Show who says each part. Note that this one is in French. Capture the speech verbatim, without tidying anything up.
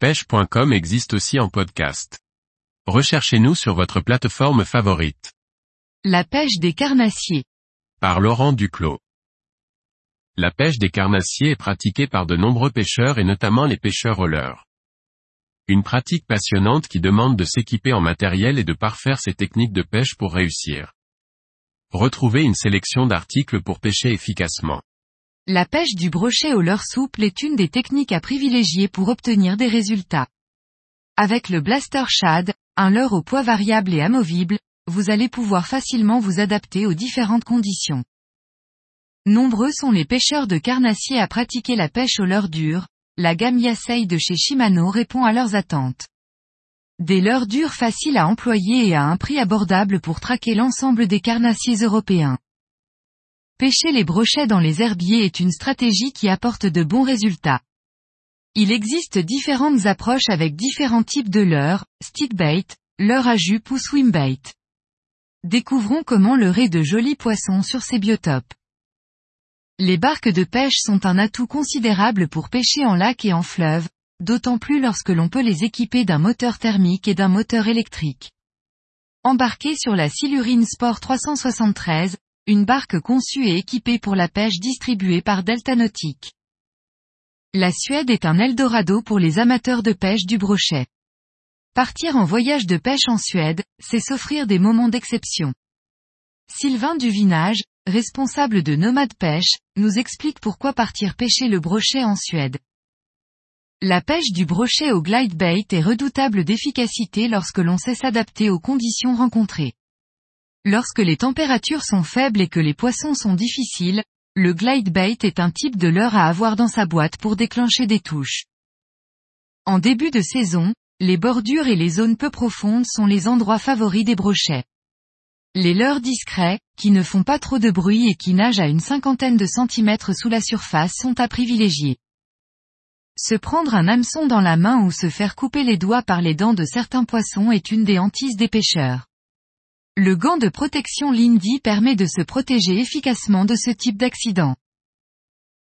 Speaker 1: pêche point com existe aussi en podcast. Recherchez-nous sur votre plateforme favorite.
Speaker 2: La pêche des carnassiers.
Speaker 1: Par Laurent Duclos. La pêche des carnassiers est pratiquée par de nombreux pêcheurs et notamment les pêcheurs au leurre. Une pratique passionnante qui demande de s'équiper en matériel et de parfaire ses techniques de pêche pour réussir. Retrouvez une sélection d'articles pour pêcher efficacement.
Speaker 2: La pêche du brochet au leurre souple est une des techniques à privilégier pour obtenir des résultats. Avec le Blaster Shad, un leurre au poids variable et amovible, vous allez pouvoir facilement vous adapter aux différentes conditions. Nombreux sont les pêcheurs de carnassiers à pratiquer la pêche au leurre dur. La gamme Yasei de chez Shimano répond à leurs attentes. Des leurres durs faciles à employer et à un prix abordable pour traquer l'ensemble des carnassiers européens. Pêcher les brochets dans les herbiers est une stratégie qui apporte de bons résultats. Il existe différentes approches avec différents types de leurres, stickbait, leurre à jupe ou swimbait. Découvrons comment leurrer de jolis poissons sur ces biotopes. Les barques de pêche sont un atout considérable pour pêcher en lac et en fleuve, d'autant plus lorsque l'on peut les équiper d'un moteur thermique et d'un moteur électrique. Embarqué sur la Silurine Sport trois cent soixante-treize, une barque conçue et équipée pour la pêche distribuée par Delta Nautique. La Suède est un Eldorado pour les amateurs de pêche du brochet. Partir en voyage de pêche en Suède, c'est s'offrir des moments d'exception. Sylvain Duvinage, responsable de Nomade Pêche, nous explique pourquoi partir pêcher le brochet en Suède. La pêche du brochet au glide bait est redoutable d'efficacité lorsque l'on sait s'adapter aux conditions rencontrées. Lorsque les températures sont faibles et que les poissons sont difficiles, le glide bait est un type de leurre à avoir dans sa boîte pour déclencher des touches. En début de saison, les bordures et les zones peu profondes sont les endroits favoris des brochets. Les leurres discrets, qui ne font pas trop de bruit et qui nagent à une cinquantaine de centimètres sous la surface sont à privilégier. Se prendre un hameçon dans la main ou se faire couper les doigts par les dents de certains poissons est une des hantises des pêcheurs. Le gant de protection Lindy permet de se protéger efficacement de ce type d'accident.